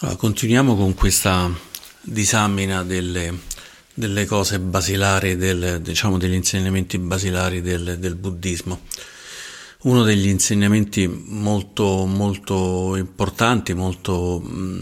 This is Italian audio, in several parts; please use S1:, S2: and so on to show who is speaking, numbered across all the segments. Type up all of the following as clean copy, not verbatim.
S1: Allora, continuiamo con questa disamina delle cose basilari, degli insegnamenti basilari del buddismo. Uno degli insegnamenti molto, molto importanti, molto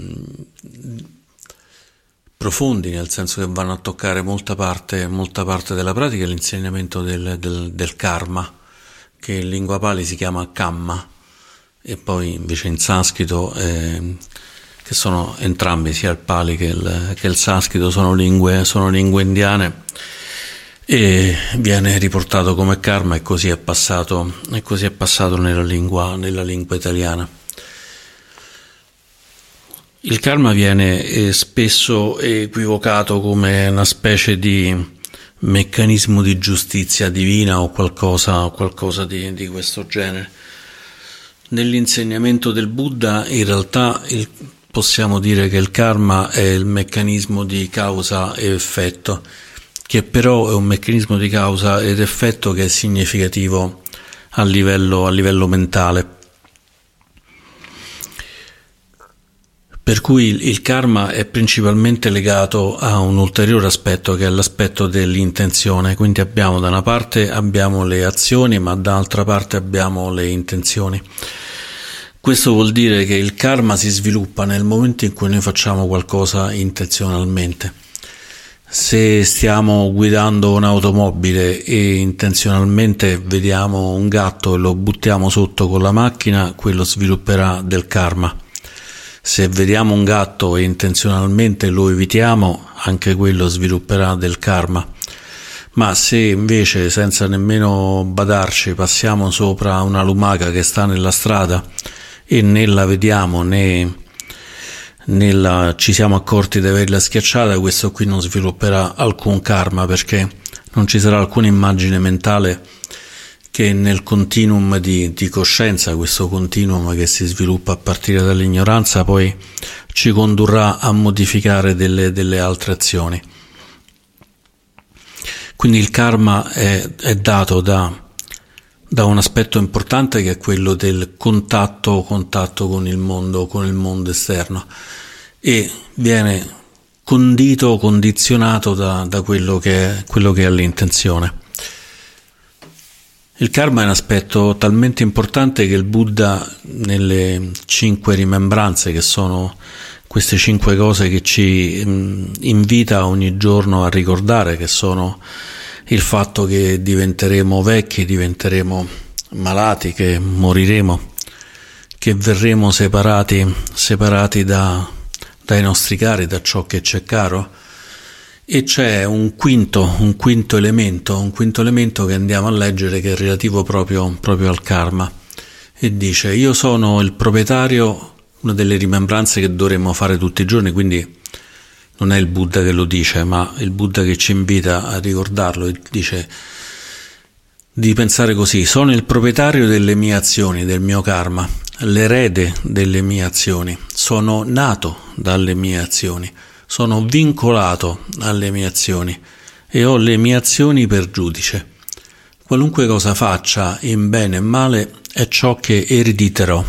S1: profondi, nel senso che vanno a toccare molta parte della pratica, è l'insegnamento del karma, che in lingua pali si chiama kamma, e poi invece in sanscrito, che sono entrambi, sia il pali che il sanscrito, sono lingue indiane, e viene riportato come karma, e così è passato nella lingua italiana. Il karma viene spesso equivocato come una specie di meccanismo di giustizia divina o qualcosa di questo genere. Nell'insegnamento del Buddha, in realtà, possiamo dire che il karma è il meccanismo di causa e effetto, che però è un meccanismo di causa ed effetto che è significativo a livello mentale. Per cui il karma è principalmente legato a un ulteriore aspetto, che è l'aspetto dell'intenzione. Quindi da una parte abbiamo le azioni, ma dall'altra parte abbiamo le intenzioni. Questo vuol dire che il karma si sviluppa nel momento in cui noi facciamo qualcosa intenzionalmente. Se stiamo guidando un'automobile e intenzionalmente vediamo un gatto e lo buttiamo sotto con la macchina, quello svilupperà del karma. Se vediamo un gatto e intenzionalmente lo evitiamo, anche quello svilupperà del karma. Ma se invece, senza nemmeno badarci, passiamo sopra una lumaca che sta nella strada e né la vediamo né ci siamo accorti di averla schiacciata, questo qui non svilupperà alcun karma, perché non ci sarà alcuna immagine mentale che nel continuum di coscienza, questo continuum che si sviluppa a partire dall'ignoranza, poi ci condurrà a modificare delle altre azioni. Quindi il karma è dato da un aspetto importante, che è quello del contatto con il mondo esterno, e viene condizionato da quello che è l'intenzione. Il karma è un aspetto talmente importante che il Buddha, nelle 5 rimembranze, che sono queste 5 cose che ci invita ogni giorno a ricordare, che sono il fatto che diventeremo vecchi, diventeremo malati, che moriremo, che verremo separati dai nostri cari, da ciò che c'è caro. E c'è un quinto elemento che andiamo a leggere, che è relativo proprio al karma, e dice: io sono il proprietario, una delle rimembranze che dovremmo fare tutti i giorni, quindi non è il Buddha che lo dice, ma il Buddha che ci invita a ricordarlo, e dice di pensare così: sono il proprietario delle mie azioni, del mio karma, l'erede delle mie azioni, sono nato dalle mie azioni, sono vincolato alle mie azioni e ho le mie azioni per giudice. Qualunque cosa faccia, in bene e male, è ciò che erediterò.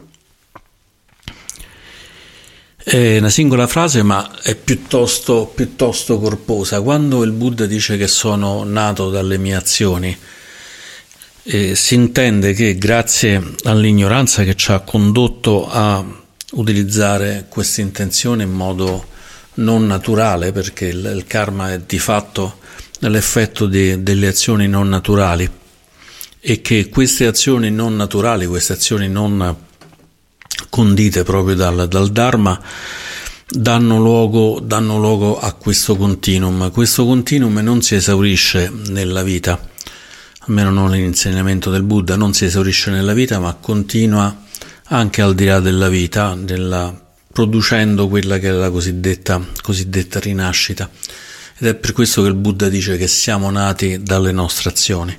S1: È una singola frase, ma è piuttosto corposa. Quando il Buddha dice che sono nato dalle mie azioni, si intende che grazie all'ignoranza che ci ha condotto a utilizzare questa intenzione in modo non naturale, perché il karma è di fatto l'effetto delle azioni non naturali, e che queste azioni non naturali, queste azioni non condite proprio dal Dharma, danno luogo a questo continuum. Questo continuum non si esaurisce nella vita, almeno non nell'insegnamento del Buddha, non si esaurisce nella vita, ma continua anche al di là della vita, producendo quella che è la cosiddetta rinascita. Ed è per questo che il Buddha dice che siamo nati dalle nostre azioni,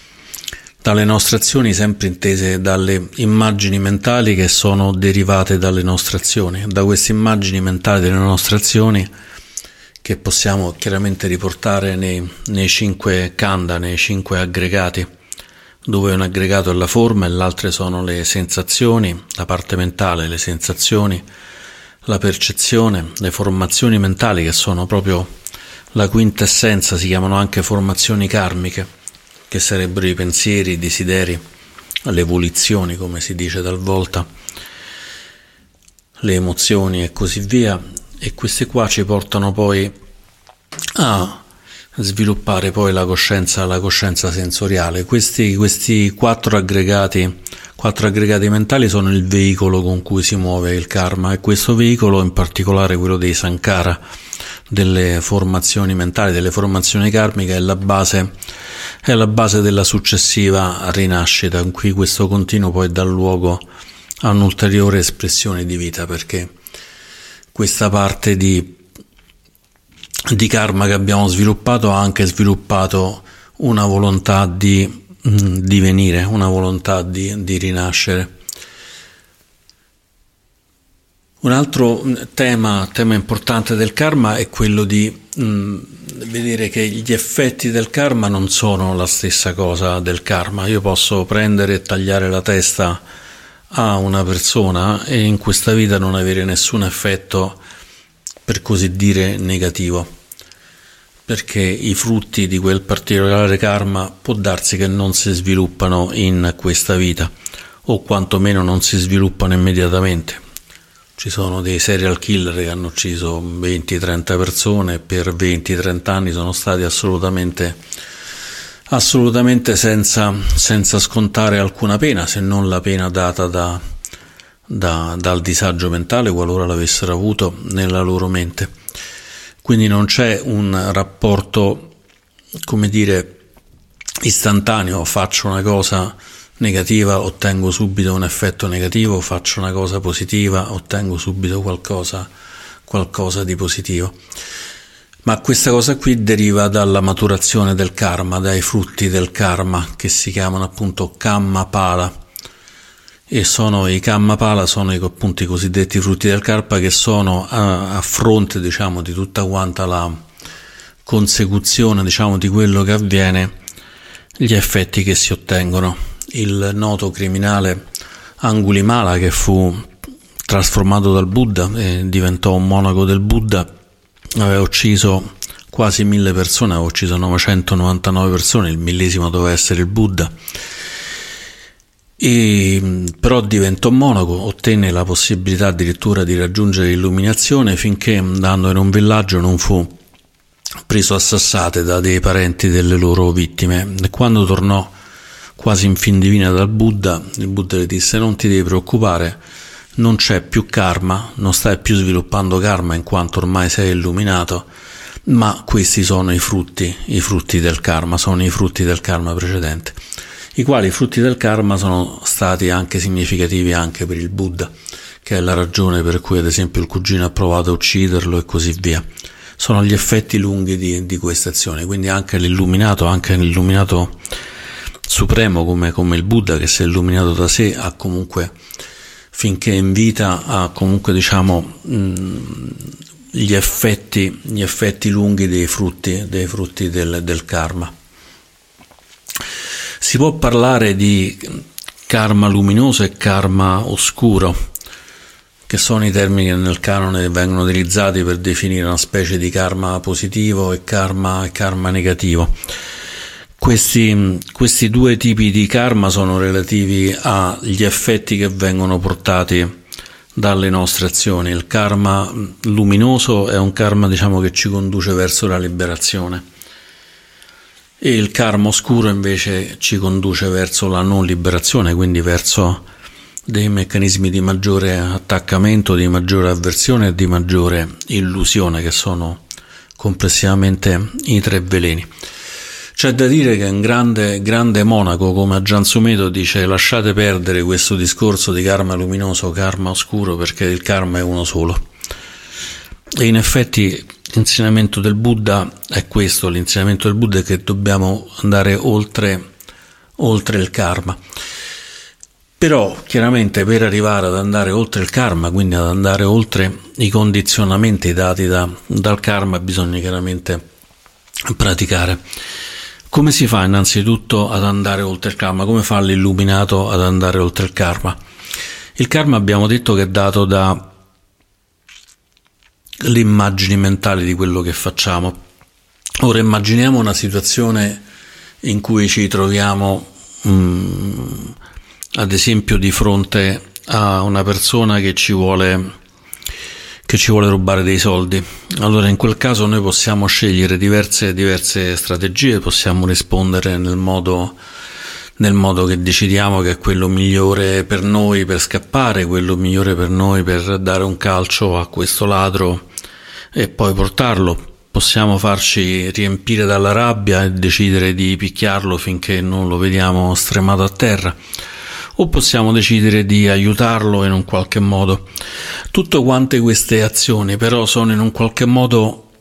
S1: sempre intese dalle immagini mentali che sono derivate dalle nostre azioni, da queste immagini mentali delle nostre azioni, che possiamo chiaramente riportare nei 5 khandha, nei 5 aggregati, dove un aggregato è la forma e l'altro sono le sensazioni, la parte mentale, le sensazioni, la percezione, le formazioni mentali che sono proprio la quintessenza, si chiamano anche formazioni karmiche, che sarebbero i pensieri, i desideri, le volizioni, come si dice talvolta, le emozioni e così via, e queste qua ci portano poi a sviluppare poi la coscienza sensoriale. Questi quattro aggregati mentali sono il veicolo con cui si muove il karma, e questo veicolo, in particolare quello dei sankara, delle formazioni mentali, delle formazioni karmiche, è la base della successiva rinascita, in cui questo continuo poi dà luogo a un'ulteriore espressione di vita, perché questa parte di karma che abbiamo sviluppato ha anche sviluppato una volontà di divenire, una volontà di rinascere. Un altro tema importante del karma è quello di vedere che gli effetti del karma non sono la stessa cosa del karma. Io posso prendere e tagliare la testa a una persona e in questa vita non avere nessun effetto, per così dire, negativo, perché i frutti di quel particolare karma può darsi che non si sviluppano in questa vita, o quantomeno non si sviluppano immediatamente. Ci sono dei serial killer che hanno ucciso 20-30 persone e per 20-30 anni sono stati assolutamente senza scontare alcuna pena, se non la pena data dal disagio mentale, qualora l'avessero avuto nella loro mente. Quindi non c'è un rapporto, come dire, istantaneo: faccio una cosa negativa, ottengo subito un effetto negativo, faccio una cosa positiva, ottengo subito qualcosa di positivo. Ma questa cosa qui deriva dalla maturazione del karma, dai frutti del karma, che si chiamano appunto kamma pala, e i kamma pala sono appunto i cosiddetti frutti del karma, che sono a fronte, diciamo, di tutta quanta la consecuzione, diciamo, di quello che avviene, gli effetti che si ottengono. Il noto criminale Angulimala, che fu trasformato dal Buddha e diventò un monaco del Buddha, aveva ucciso quasi 1000 persone, aveva ucciso 999 persone, il millesimo doveva essere il Buddha, però diventò monaco, ottenne la possibilità addirittura di raggiungere l'illuminazione, finché andando in un villaggio non fu preso a sassate da dei parenti delle loro vittime, e quando tornò quasi in fin di vita dal Buddha, il Buddha le disse: non ti devi preoccupare, non c'è più karma, non stai più sviluppando karma in quanto ormai sei illuminato, ma questi sono i frutti del karma, sono i frutti del karma precedente, i quali frutti del karma sono stati anche significativi anche per il Buddha, che è la ragione per cui ad esempio il cugino ha provato a ucciderlo e così via. Sono gli effetti lunghi di queste azioni, quindi anche l'illuminato supremo come il Buddha, che si è illuminato da sé, ha comunque, finché è in vita, ha comunque, diciamo, gli effetti lunghi dei frutti del karma. Si può parlare di karma luminoso e karma oscuro, che sono i termini che nel canone vengono utilizzati per definire una specie di karma positivo e karma negativo. Questi due tipi di karma sono relativi agli effetti che vengono portati dalle nostre azioni. Il karma luminoso è un karma, diciamo, che ci conduce verso la liberazione, e il karma oscuro invece ci conduce verso la non liberazione, quindi verso dei meccanismi di maggiore attaccamento, di maggiore avversione e di maggiore illusione, che sono complessivamente i 3 veleni. C'è da dire che un grande monaco come Ajahn Sumedho dice: lasciate perdere questo discorso di karma luminoso o karma oscuro, perché il karma è uno solo. E in effetti l'insegnamento del Buddha è questo: l'insegnamento del Buddha è che dobbiamo andare oltre il karma. Però chiaramente per arrivare ad andare oltre il karma, quindi ad andare oltre i condizionamenti dati dal karma, bisogna chiaramente praticare. Come si fa innanzitutto ad andare oltre il karma? Come fa l'illuminato ad andare oltre il karma? Il karma abbiamo detto che è dato da le immagini mentali di quello che facciamo. Ora immaginiamo una situazione in cui ci troviamo ad esempio di fronte a una persona che ci vuole rubare dei soldi. Allora in quel caso noi possiamo scegliere diverse strategie, possiamo rispondere nel modo che decidiamo che è quello migliore per noi per scappare, quello migliore per noi per dare un calcio a questo ladro e poi portarlo. Possiamo farci riempire dalla rabbia e decidere di picchiarlo finché non lo vediamo stremato a terra, o possiamo decidere di aiutarlo in un qualche modo. Tutte quante queste azioni però sono in un qualche modo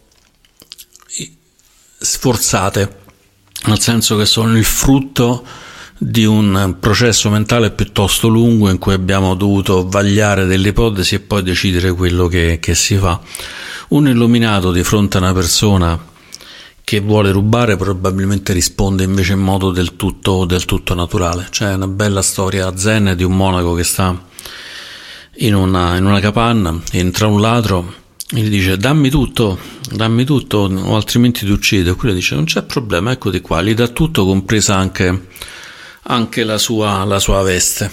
S1: sforzate, nel senso che sono il frutto di un processo mentale piuttosto lungo in cui abbiamo dovuto vagliare delle ipotesi e poi decidere quello che si fa. Un illuminato di fronte a una persona che vuole rubare probabilmente risponde invece in modo del tutto naturale. C'è una bella storia zen di un monaco che sta in una capanna, entra un ladro e gli dice dammi tutto o altrimenti ti uccido, e quello dice non c'è problema, eccoti qua, gli dà tutto, compresa anche la sua veste.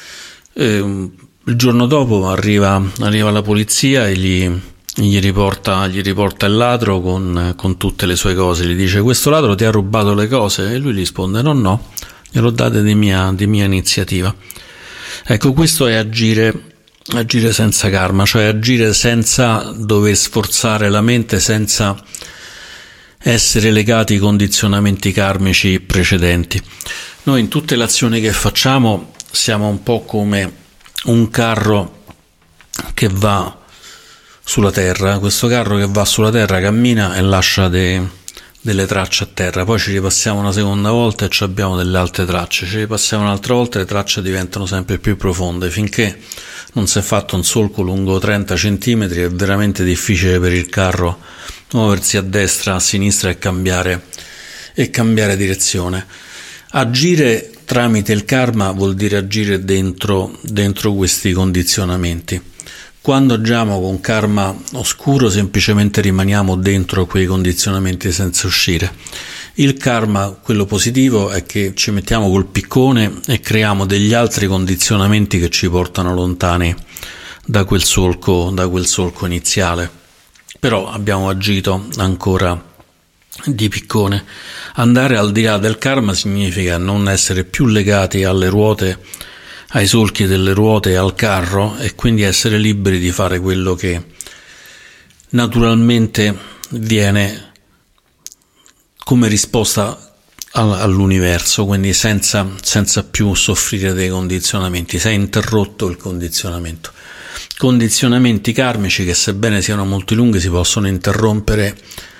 S1: Il giorno dopo arriva la polizia e gli riporta il ladro con tutte le sue cose. Gli dice questo ladro ti ha rubato le cose? E lui gli risponde no, glielo date di mia iniziativa. Ecco, questo è agire senza karma, cioè agire senza dover sforzare la mente, senza essere legati ai condizionamenti karmici precedenti. Noi in tutte le azioni che facciamo siamo un po' come un carro che va sulla terra. Questo carro che va sulla terra cammina e lascia delle tracce a terra, poi ci ripassiamo una seconda volta e abbiamo delle altre tracce, ci ripassiamo un'altra volta e le tracce diventano sempre più profonde, finché non si è fatto un solco lungo 30 centimetri è veramente difficile per il carro muoversi a destra, a sinistra e cambiare direzione. Agire tramite il karma vuol dire agire dentro questi condizionamenti. Quando agiamo con karma oscuro semplicemente rimaniamo dentro quei condizionamenti senza uscire. Il karma, quello positivo, è che ci mettiamo col piccone e creiamo degli altri condizionamenti che ci portano lontani da quel solco iniziale. Però abbiamo agito ancora di piccone. Andare al di là del karma significa non essere più legati alle ruote, ai solchi delle ruote e al carro, e quindi essere liberi di fare quello che naturalmente viene come risposta all'universo, quindi senza più soffrire dei condizionamenti. Si è interrotto il condizionamento. Condizionamenti karmici che, sebbene siano molto lunghi, si possono interrompere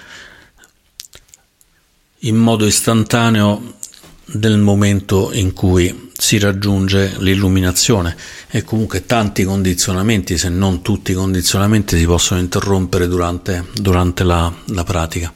S1: in modo istantaneo nel momento in cui si raggiunge l'illuminazione, e comunque tanti condizionamenti, se non tutti i condizionamenti, si possono interrompere durante la pratica.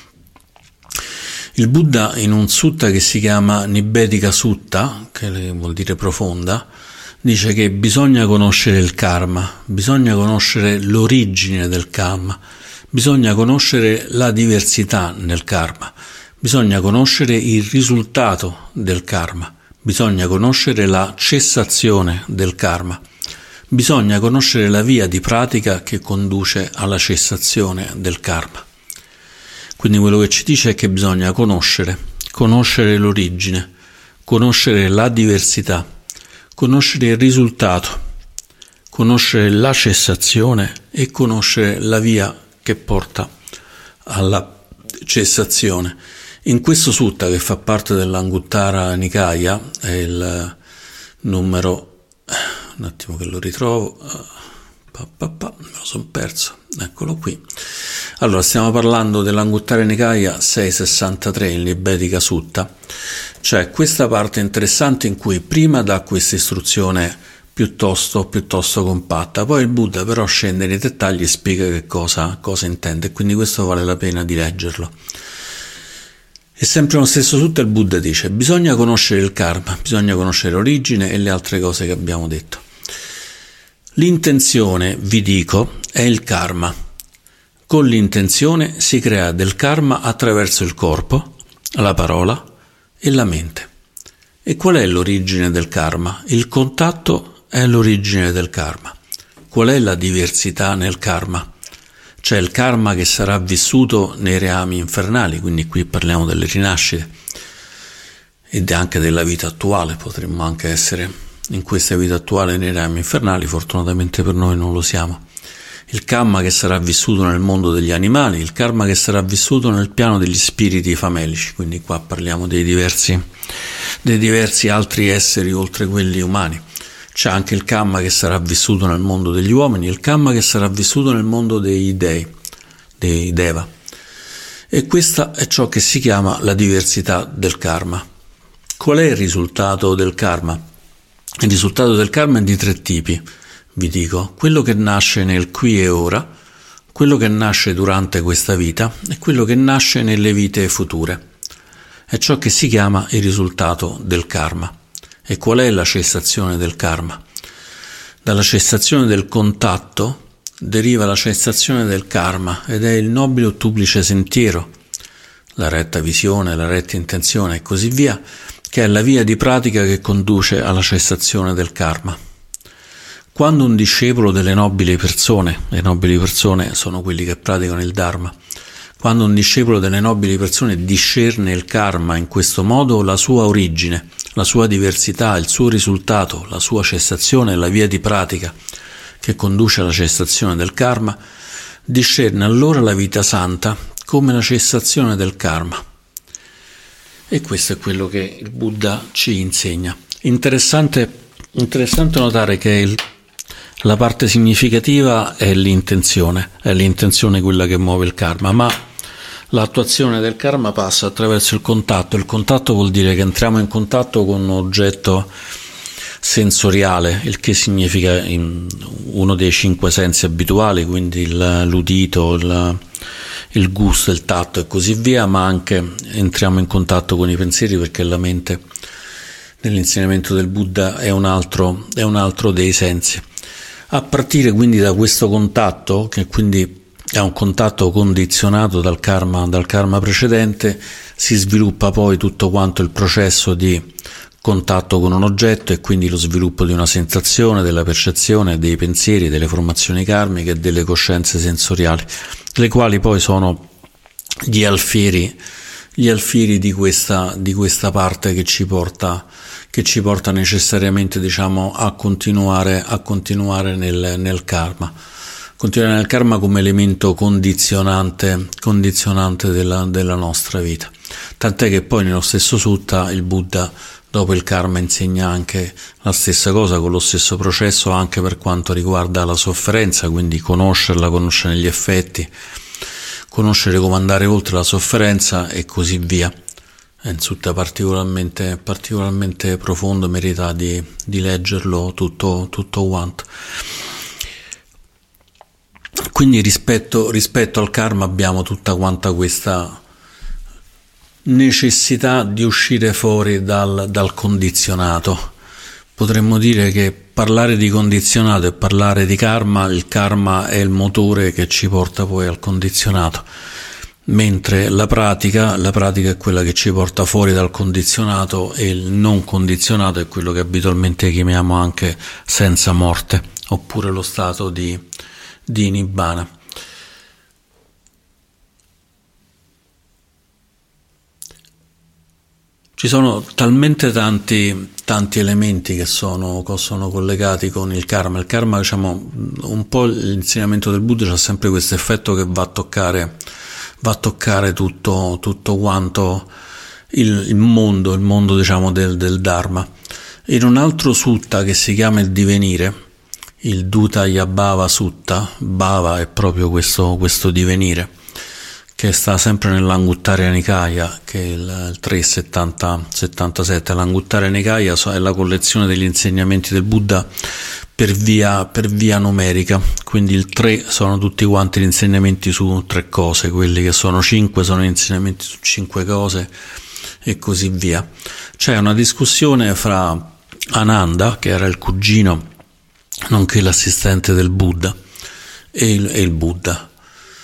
S1: Il Buddha, in un sutta che si chiama Nibbedika Sutta, che vuol dire profonda, dice che bisogna conoscere il karma, bisogna conoscere l'origine del karma, bisogna conoscere la diversità nel karma, bisogna conoscere il risultato del karma, bisogna conoscere la cessazione del karma, bisogna conoscere la via di pratica che conduce alla cessazione del karma. Quindi quello che ci dice è che bisogna conoscere l'origine, conoscere la diversità, conoscere il risultato, conoscere la cessazione e conoscere la via che porta alla cessazione. In questo sutta, che fa parte dell'Anguttara Nikaya, è il numero, un attimo che lo ritrovo, me lo sono perso, eccolo qui. Allora, stiamo parlando dell'Anguttara Nikaya 663, il Nibbedika Sutta. C'è questa parte interessante in cui prima dà questa istruzione piuttosto compatta, poi il Buddha però scende nei dettagli e spiega che cosa intende, quindi questo vale la pena di leggerlo. E sempre nello stesso sutta il Buddha dice: bisogna conoscere il karma, bisogna conoscere l'origine e le altre cose che abbiamo detto. L'intenzione, vi dico, è il karma. Con l'intenzione si crea del karma attraverso il corpo, la parola e la mente. E qual è l'origine del karma? Il contatto è l'origine del karma. Qual è la diversità nel karma? C'è il karma che sarà vissuto nei reami infernali, quindi qui parliamo delle rinascite ed anche della vita attuale, potremmo anche essere in questa vita attuale nei reami infernali, fortunatamente per noi non lo siamo. Il karma che sarà vissuto nel mondo degli animali, il karma che sarà vissuto nel piano degli spiriti famelici, quindi qua parliamo dei diversi altri esseri oltre quelli umani. C'è anche il karma che sarà vissuto nel mondo degli uomini, il karma che sarà vissuto nel mondo dei dei Deva. E questa è ciò che si chiama la diversità del karma. Qual è il risultato del karma? Il risultato del karma è di 3 tipi. Vi dico, quello che nasce nel qui e ora, quello che nasce durante questa vita e quello che nasce nelle vite future. È ciò che si chiama il risultato del karma. E qual è la cessazione del karma? Dalla cessazione del contatto deriva la cessazione del karma ed è il nobile ottuplice sentiero, la retta visione, la retta intenzione e così via, che è la via di pratica che conduce alla cessazione del karma. Quando un discepolo delle nobili persone, le nobili persone sono quelli che praticano il Dharma, quando un discepolo delle nobili persone discerne il karma in questo modo, la sua origine, la sua diversità, il suo risultato, la sua cessazione, la via di pratica che conduce alla cessazione del karma, discerne allora la vita santa come la cessazione del karma. E questo è quello che il Buddha ci insegna. Interessante notare che la parte significativa è l'intenzione quella che muove il karma, ma l'attuazione del karma passa attraverso il contatto. Il contatto vuol dire che entriamo in contatto con un oggetto sensoriale, il che significa uno dei 5 sensi abituali, quindi l'udito, il gusto, il tatto e così via, ma anche entriamo in contatto con i pensieri, perché la mente nell'insegnamento del Buddha è un altro dei sensi. A partire quindi da questo contatto, che quindi è un contatto condizionato dal karma precedente, si sviluppa poi tutto quanto il processo di contatto con un oggetto e quindi lo sviluppo di una sensazione, della percezione, dei pensieri, delle formazioni karmiche e delle coscienze sensoriali, le quali poi sono gli alfieri di questa parte che ci porta necessariamente, diciamo, a continuare nel karma. Continuare nel karma come elemento condizionante della nostra vita. Tant'è che poi nello stesso sutta il Buddha, dopo il karma, insegna anche la stessa cosa, con lo stesso processo anche per quanto riguarda la sofferenza, quindi conoscerla, conoscere gli effetti, conoscere come andare oltre la sofferenza e così via. È un sutta particolarmente profondo, merita di leggerlo tutto quanto. Quindi rispetto al karma abbiamo tutta quanta questa necessità di uscire fuori dal condizionato. Potremmo dire che parlare di condizionato e parlare di karma, il karma è il motore che ci porta poi al condizionato, mentre la pratica è quella che ci porta fuori dal condizionato, e il non condizionato è quello che abitualmente chiamiamo anche senza morte, oppure lo stato di Nibbana. Ci sono talmente tanti elementi che sono collegati con il karma. Il karma, diciamo, un po' l'insegnamento del Buddha c'ha sempre questo effetto che va a toccare tutto quanto il mondo diciamo del Dharma. In un altro sutta che si chiama il divenire, il Dutta-Yabhava Sutta, Bhava è proprio questo divenire, che sta sempre nell'Anguttara Nikaya, che è il 377. L'Anguttara Nikaya è la collezione degli insegnamenti del Buddha per via numerica, quindi il 3 sono tutti quanti gli insegnamenti su 3 cose, quelli che sono 5 sono gli insegnamenti su 5 cose e così via. C'è una discussione fra Ananda, che era il cugino nonché l'assistente del Buddha, e il Buddha,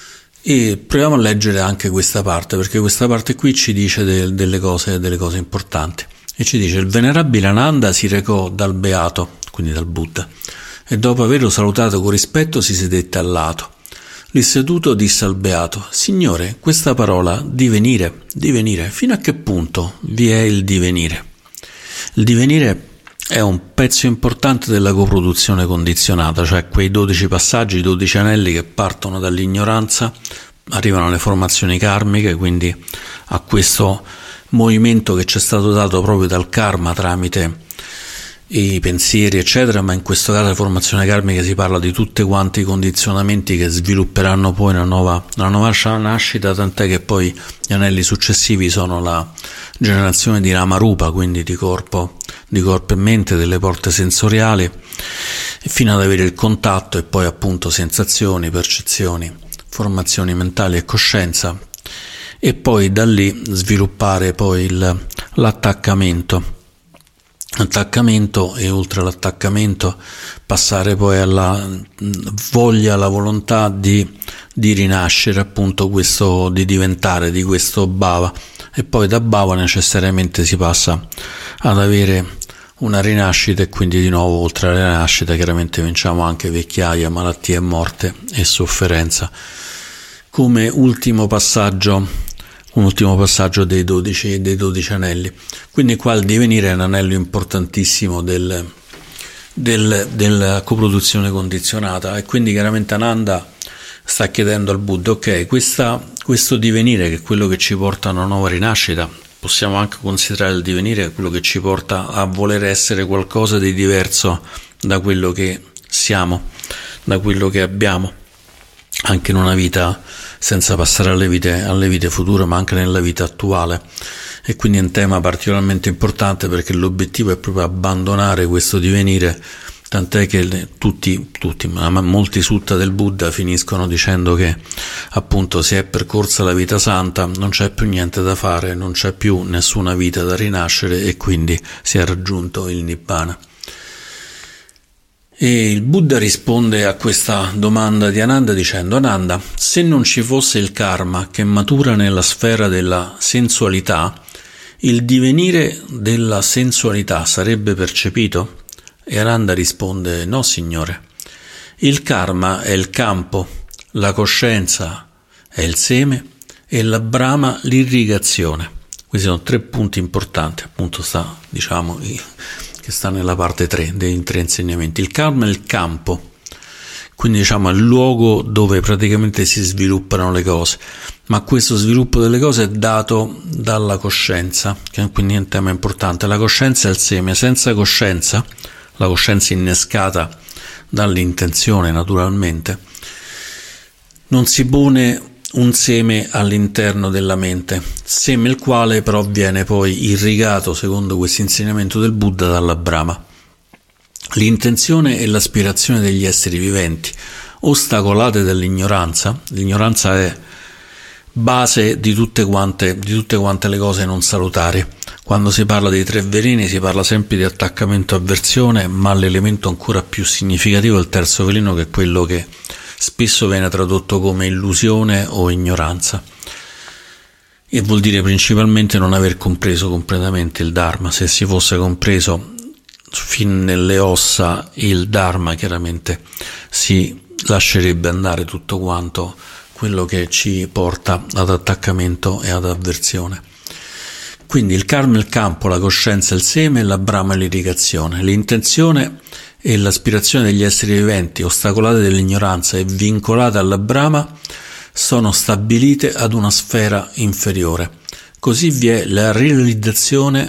S1: E proviamo a leggere anche questa parte, perché questa parte qui ci dice delle cose importanti. E ci dice: il venerabile Ananda si recò dal beato, quindi dal Buddha, e dopo averlo salutato con rispetto si sedette al lato. Lì seduto disse al beato: Signore, questa parola divenire, fino a che punto vi è il divenire? Il divenire è un pezzo importante della coproduzione condizionata, cioè quei 12 passaggi, 12 anelli che partono dall'ignoranza, arrivano alle formazioni karmiche, quindi a questo movimento che ci è stato dato proprio dal karma tramite i pensieri eccetera, ma in questo caso la formazione karmica si parla di tutti quanti i condizionamenti che svilupperanno poi una nuova nascita, tant'è che poi gli anelli successivi sono la generazione di Ramarupa, quindi di corpo e mente, delle porte sensoriali, fino ad avere il contatto e poi appunto sensazioni, percezioni, formazioni mentali e coscienza, e poi da lì sviluppare poi l'attaccamento e oltre all'attaccamento passare poi alla voglia, alla volontà di rinascere, appunto questo di diventare, di questo bhava, e poi da bhava necessariamente si passa ad avere una rinascita, e quindi di nuovo oltre alla rinascita chiaramente vinciamo anche vecchiaia, malattie, morte e sofferenza come ultimo passaggio dei 12 anelli. Quindi qua il divenire è un anello importantissimo della coproduzione condizionata, e quindi chiaramente Ananda sta chiedendo al Buddha: ok, questo divenire, che è quello che ci porta a una nuova rinascita, possiamo anche considerare il divenire quello che ci porta a voler essere qualcosa di diverso da quello che siamo, da quello che abbiamo, anche in una vita, senza passare alle vite future, ma anche nella vita attuale. E quindi è un tema particolarmente importante, perché l'obiettivo è proprio abbandonare questo divenire, tant'è che ma molti sutta del Buddha finiscono dicendo che appunto si è percorsa la vita santa, non c'è più niente da fare, non c'è più nessuna vita da rinascere, e quindi si è raggiunto il Nibbana. E il Buddha risponde a questa domanda di Ananda dicendo: Ananda, se non ci fosse il karma che matura nella sfera della sensualità, il divenire della sensualità sarebbe percepito? E Ananda risponde: no, signore. Il karma è il campo, la coscienza è il seme e la brahma l'irrigazione. Questi sono 3 punti importanti, appunto che sta nella parte 3 dei 3 insegnamenti. Il karma è il campo, quindi è il luogo dove praticamente si sviluppano le cose, ma questo sviluppo delle cose è dato dalla coscienza, che quindi è un tema importante. La coscienza è il seme. Senza coscienza, la coscienza innescata dall'intenzione naturalmente, non si pone un seme all'interno della mente, seme il quale però viene poi irrigato, secondo questo insegnamento del Buddha, dalla Brahma. L'intenzione e l'aspirazione degli esseri viventi, ostacolate dall'ignoranza. L'ignoranza è base di tutte quante le cose non salutari. Quando si parla dei 3 veleni si parla sempre di attaccamento e avversione, ma l'elemento ancora più significativo è il terzo veleno, che è quello che spesso viene tradotto come illusione o ignoranza, e vuol dire principalmente non aver compreso completamente il Dharma. Se si fosse compreso fin nelle ossa il Dharma, chiaramente si lascerebbe andare tutto quanto quello che ci porta ad attaccamento e ad avversione. Quindi il karma è il campo, la coscienza è il seme e la brahma è l'irrigazione. L'intenzione e l'aspirazione degli esseri viventi, ostacolate dall'ignoranza e vincolate alla brahma, sono stabilite ad una sfera inferiore. Così vi è la realizzazione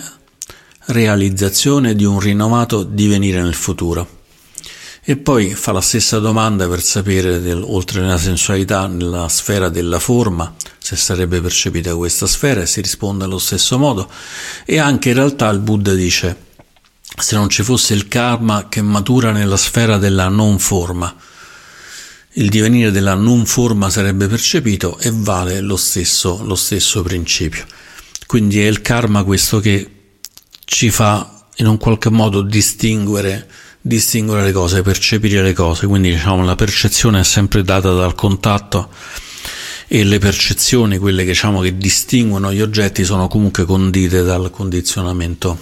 S1: di un rinnovato divenire nel futuro. E poi fa la stessa domanda per sapere, oltre alla sensualità, nella sfera della forma, se sarebbe percepita questa sfera, e si risponde allo stesso modo. E anche in realtà il Buddha dice: se non ci fosse il karma che matura nella sfera della non forma, il divenire della non forma sarebbe percepito, e vale lo stesso principio. Quindi è il karma questo che ci fa in un qualche modo distinguere le cose, percepire le cose. Quindi la percezione è sempre data dal contatto e le percezioni, quelle che diciamo che distinguono gli oggetti, sono comunque condite dal condizionamento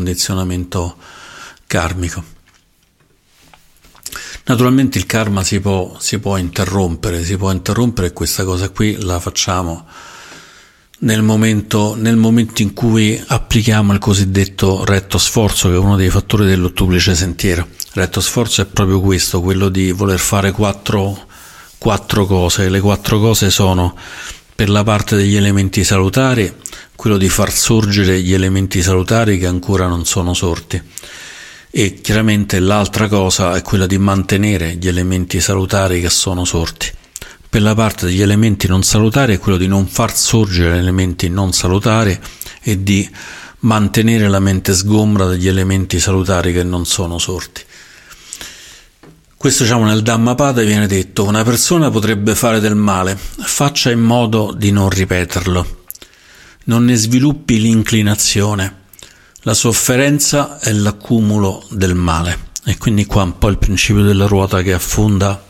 S1: karmico. Naturalmente il karma si può interrompere, e questa cosa qui la facciamo nel momento in cui applichiamo il cosiddetto retto sforzo, che è uno dei fattori dell'ottuplice sentiero. Il retto sforzo è proprio questo, quello di voler fare quattro cose. Le 4 cose sono, per la parte degli elementi salutari, quello di far sorgere gli elementi salutari che ancora non sono sorti, e chiaramente l'altra cosa è quella di mantenere gli elementi salutari che sono sorti. Per la parte degli elementi non salutari è quello di non far sorgere elementi non salutari e di mantenere la mente sgombra degli elementi salutari che non sono sorti. Questo, diciamo, nel Dhammapada viene detto: una persona potrebbe fare del male, faccia in modo di non ripeterlo, non ne sviluppi l'inclinazione. La sofferenza è l'accumulo del male. E quindi qua un po' il principio della ruota che affonda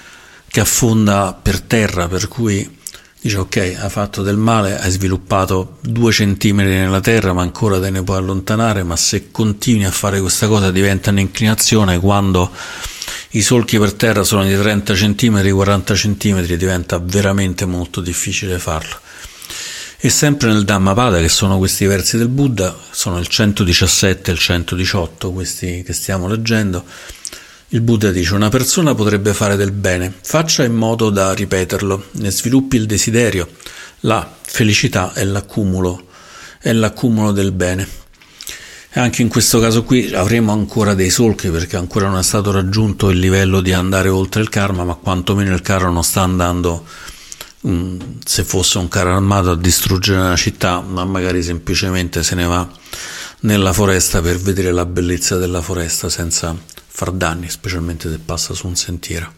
S1: per terra, per cui dice: ok, hai fatto del male, hai sviluppato 2 centimetri nella terra, ma ancora te ne puoi allontanare, ma se continui a fare questa cosa diventa un'inclinazione. Quando i solchi per terra sono di 30 centimetri, 40 centimetri, diventa veramente molto difficile farlo. E sempre nel Dhammapada, che sono questi versi del Buddha, sono il 117 e il 118, questi che stiamo leggendo, il Buddha dice: una persona potrebbe fare del bene, faccia in modo da ripeterlo, ne sviluppi il desiderio. La felicità è l'accumulo del bene. E anche in questo caso qui avremo ancora dei solchi, perché ancora non è stato raggiunto il livello di andare oltre il karma, ma quantomeno il carro non sta andando, se fosse un carro armato, a distruggere una città, ma magari semplicemente se ne va nella foresta per vedere la bellezza della foresta senza far danni, specialmente se passa su un sentiero.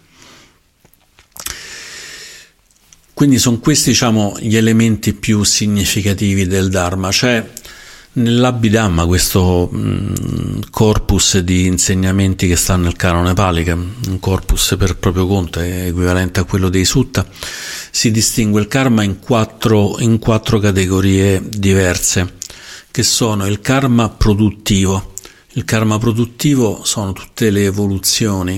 S1: Quindi sono questi, diciamo, gli elementi più significativi del Dharma. C'è nell'Abhidhamma questo corpus di insegnamenti che sta nel canone Pali, che è un corpus per proprio conto, è equivalente a quello dei Sutta. Si distingue il karma in quattro categorie diverse, che sono il karma produttivo. Il karma produttivo sono tutte le evoluzioni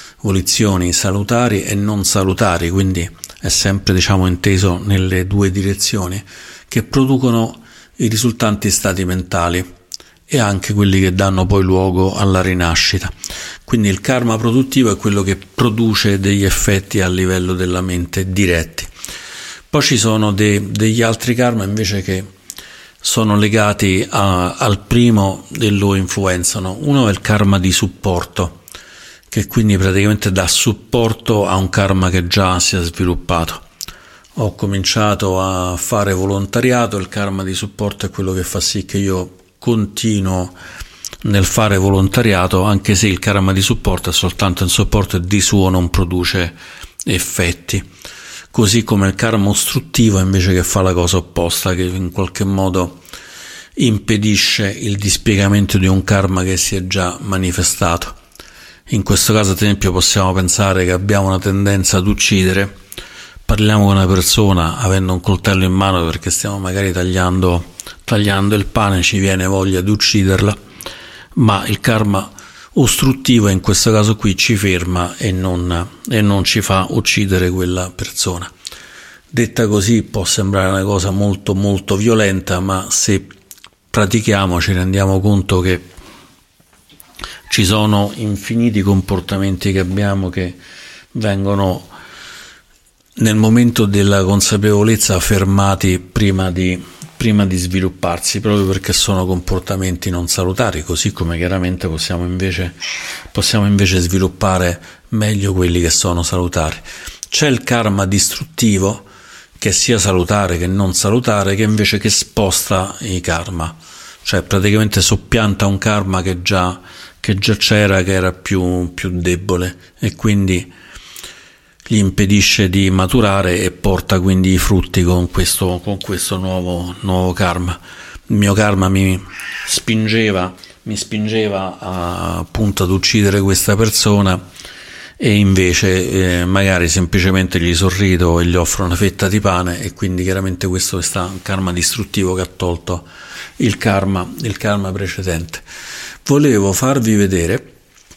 S1: salutari e non salutari, quindi è sempre, diciamo, inteso nelle 2 direzioni, che producono i risultanti stati mentali e anche quelli che danno poi luogo alla rinascita. Quindi il karma produttivo è quello che produce degli effetti a livello della mente diretti. Poi ci sono degli altri karma invece che sono legati al primo e lo influenzano. Uno è il karma di supporto, che quindi praticamente dà supporto a un karma che già si è sviluppato. Ho cominciato a fare volontariato, il karma di supporto è quello che fa sì che io continuo nel fare volontariato, anche se il karma di supporto è soltanto in supporto e di suo non produce effetti. Così come il karma ostruttivo invece, che fa la cosa opposta, che in qualche modo impedisce il dispiegamento di un karma che si è già manifestato. In questo caso, ad esempio, possiamo pensare che abbiamo una tendenza ad uccidere. Parliamo con una persona avendo un coltello in mano perché stiamo magari tagliando il pane, ci viene voglia di ucciderla, ma il karma ostruttivo in questo caso qui ci ferma e non ci fa uccidere quella persona. Detta così può sembrare una cosa molto molto violenta, ma se pratichiamo ci rendiamo conto che ci sono infiniti comportamenti che abbiamo che vengono nel momento della consapevolezza fermati prima di svilupparsi, proprio perché sono comportamenti non salutari, così come chiaramente possiamo invece sviluppare meglio quelli che sono salutari. C'è il karma distruttivo, che sia salutare che non salutare, che invece che sposta i karma, cioè praticamente soppianta un karma che già c'era, che era più debole, e quindi gli impedisce di maturare e porta quindi i frutti con questo nuovo karma. Il mio karma mi spingeva appunto ad uccidere questa persona, e invece magari semplicemente gli sorrido e gli offro una fetta di pane, e quindi chiaramente questo è un karma distruttivo che ha tolto il karma precedente. Volevo farvi vedere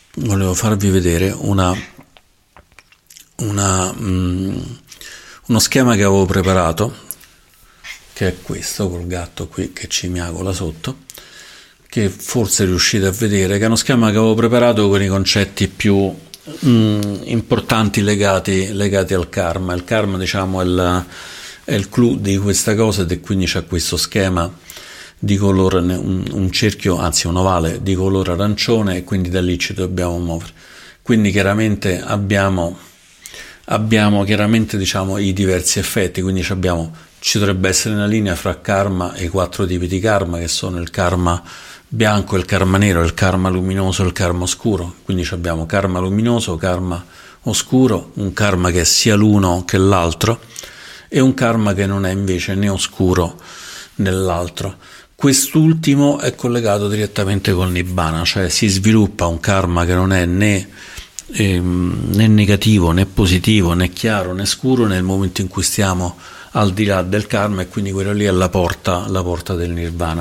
S1: uno schema che avevo preparato, che è questo col gatto qui che ci miagola sotto, che forse riuscite a vedere, che è uno schema che avevo preparato con i concetti più importanti legati al karma. Il karma, diciamo, è il clou di questa cosa, e quindi c'è questo schema di colore, un cerchio, anzi un ovale di colore arancione, e quindi da lì ci dobbiamo muovere. Quindi chiaramente abbiamo chiaramente, diciamo, i diversi effetti, quindi ci dovrebbe essere una linea fra karma e i 4 tipi di karma, che sono il karma bianco, il karma nero, il karma luminoso e il karma oscuro. Quindi abbiamo karma luminoso, karma oscuro, un karma che è sia l'uno che l'altro, e un karma che non è invece né oscuro né l'altro. Quest'ultimo è collegato direttamente con Nibbana, cioè si sviluppa un karma che non è né negativo né positivo, né chiaro né scuro, nel momento in cui stiamo al di là del karma, e quindi quello lì è la porta del Nirvana.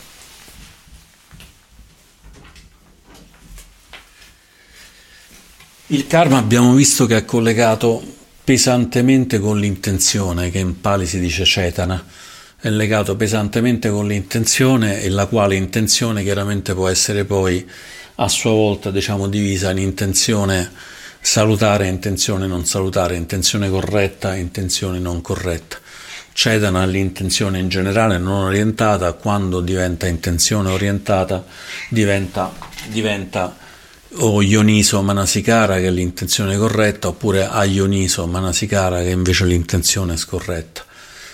S1: Il karma abbiamo visto che è collegato pesantemente con l'intenzione, che in Pali si dice Cetana, è legato pesantemente con l'intenzione, e la quale intenzione chiaramente può essere poi a sua volta, diciamo, divisa in intenzione salutare e intenzione non salutare, intenzione corretta e intenzione non corretta. Cetana è l'intenzione in generale non orientata, quando diventa intenzione orientata diventa o Yoniso Manasikara, che è l'intenzione corretta, oppure Ayoniso Manasikara, che invece è l'intenzione scorretta.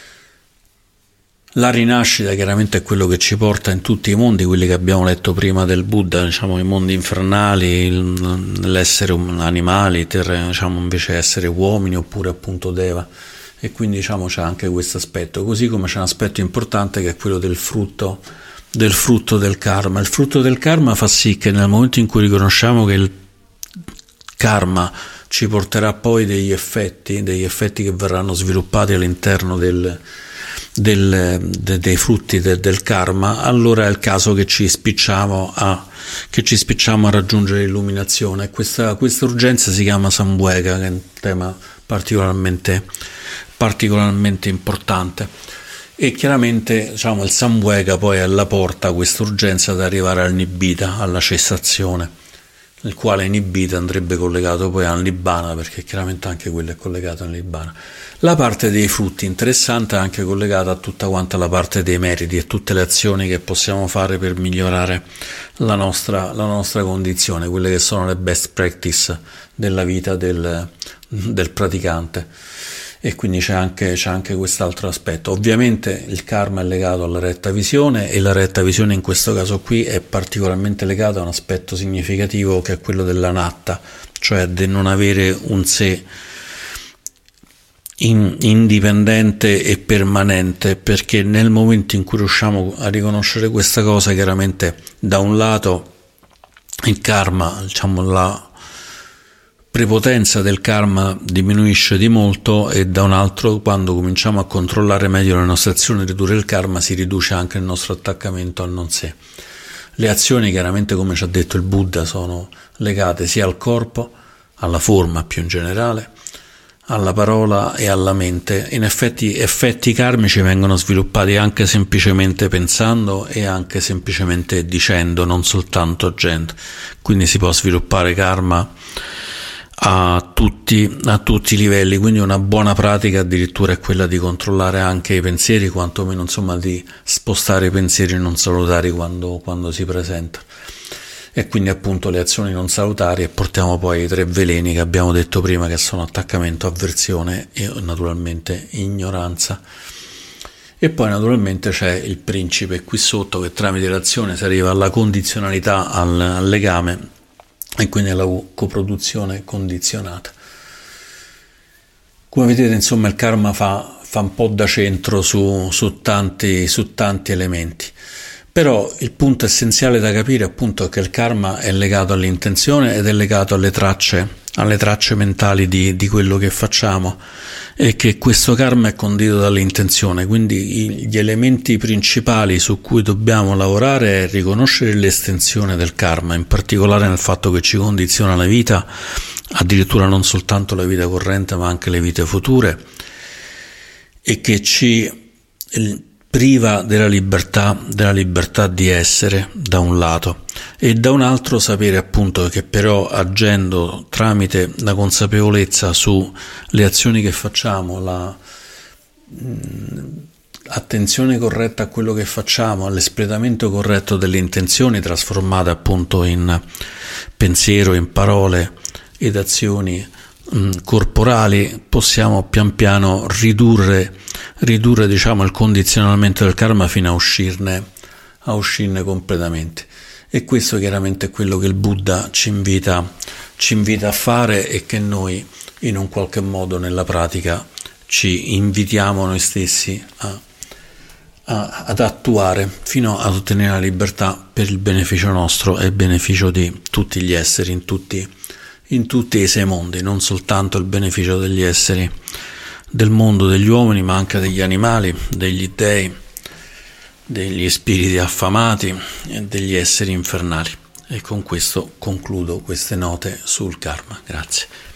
S1: La rinascita chiaramente è quello che ci porta in tutti i mondi, quelli che abbiamo letto prima del Buddha, diciamo i mondi infernali, l'essere animali, diciamo invece essere uomini, oppure appunto Deva, e quindi diciamo c'è anche questo aspetto, così come c'è un aspetto importante che è quello del frutto del karma. Il frutto del karma fa sì che nel momento in cui riconosciamo che il karma ci porterà poi degli effetti che verranno sviluppati all'interno dei frutti del karma, allora è il caso che ci spicciamo a raggiungere l'illuminazione. Questa urgenza si chiama Samvega, che è un tema particolarmente importante, e chiaramente, diciamo, il Samvega poi è la porta a questa urgenza ad arrivare al Nibbita, alla cessazione, il quale Nibbita andrebbe collegato poi al Nibbana, perché chiaramente anche quello è collegato al Nibbana. La parte dei frutti interessante è anche collegata a tutta quanta la parte dei meriti e tutte le azioni che possiamo fare per migliorare la nostra condizione, quelle che sono le best practice della vita del praticante. E quindi c'è anche quest'altro aspetto. Ovviamente il karma è legato alla retta visione, e la retta visione in questo caso qui è particolarmente legata a un aspetto significativo, che è quello dell'anatta, cioè del non avere un sé indipendente e permanente, perché nel momento in cui riusciamo a riconoscere questa cosa, chiaramente da un lato il karma, diciamo la prepotenza del karma diminuisce di molto, e da un altro, quando cominciamo a controllare meglio le nostre azioni e ridurre il karma, si riduce anche il nostro attaccamento al non sé. Le azioni, chiaramente, come ci ha detto il Buddha, sono legate sia al corpo, alla forma più in generale, alla parola e alla mente. In effetti karmici vengono sviluppati anche semplicemente pensando e anche semplicemente dicendo, non soltanto agendo. Quindi si può sviluppare karma a tutti i livelli, quindi una buona pratica addirittura è quella di controllare anche i pensieri, quantomeno insomma di spostare i pensieri non salutari quando si presentano. E quindi appunto le azioni non salutari, e portiamo poi ai 3 veleni che abbiamo detto prima, che sono attaccamento, avversione e naturalmente ignoranza. E poi naturalmente c'è il principe qui sotto, che tramite l'azione si arriva alla condizionalità, al legame, e quindi alla coproduzione condizionata. Come vedete, insomma, il karma fa un po' da centro su tanti elementi. Però il punto essenziale da capire appunto è che il karma è legato all'intenzione ed è legato alle tracce alle tracce mentali di quello che facciamo, e che questo karma è condito dall'intenzione. Quindi gli elementi principali su cui dobbiamo lavorare è riconoscere l'estensione del karma, in particolare nel fatto che ci condiziona la vita, addirittura non soltanto la vita corrente ma anche le vite future, e che ci priva della libertà di essere, da un lato, e da un altro sapere appunto che però agendo tramite la consapevolezza sulle azioni che facciamo, la attenzione corretta a quello che facciamo, all'espletamento corretto delle intenzioni trasformate appunto in pensiero, in parole ed azioni corporali, possiamo pian piano ridurre diciamo il condizionamento del karma fino a uscirne completamente. E questo chiaramente è quello che il Buddha ci invita a fare, e che noi in un qualche modo nella pratica ci invitiamo noi stessi ad attuare fino ad ottenere la libertà per il beneficio nostro e il beneficio di tutti gli esseri in tutti i 6 mondi, non soltanto il beneficio degli esseri del mondo degli uomini, ma anche degli animali, degli dei, degli spiriti affamati e degli esseri infernali. E con questo concludo queste note sul karma. Grazie.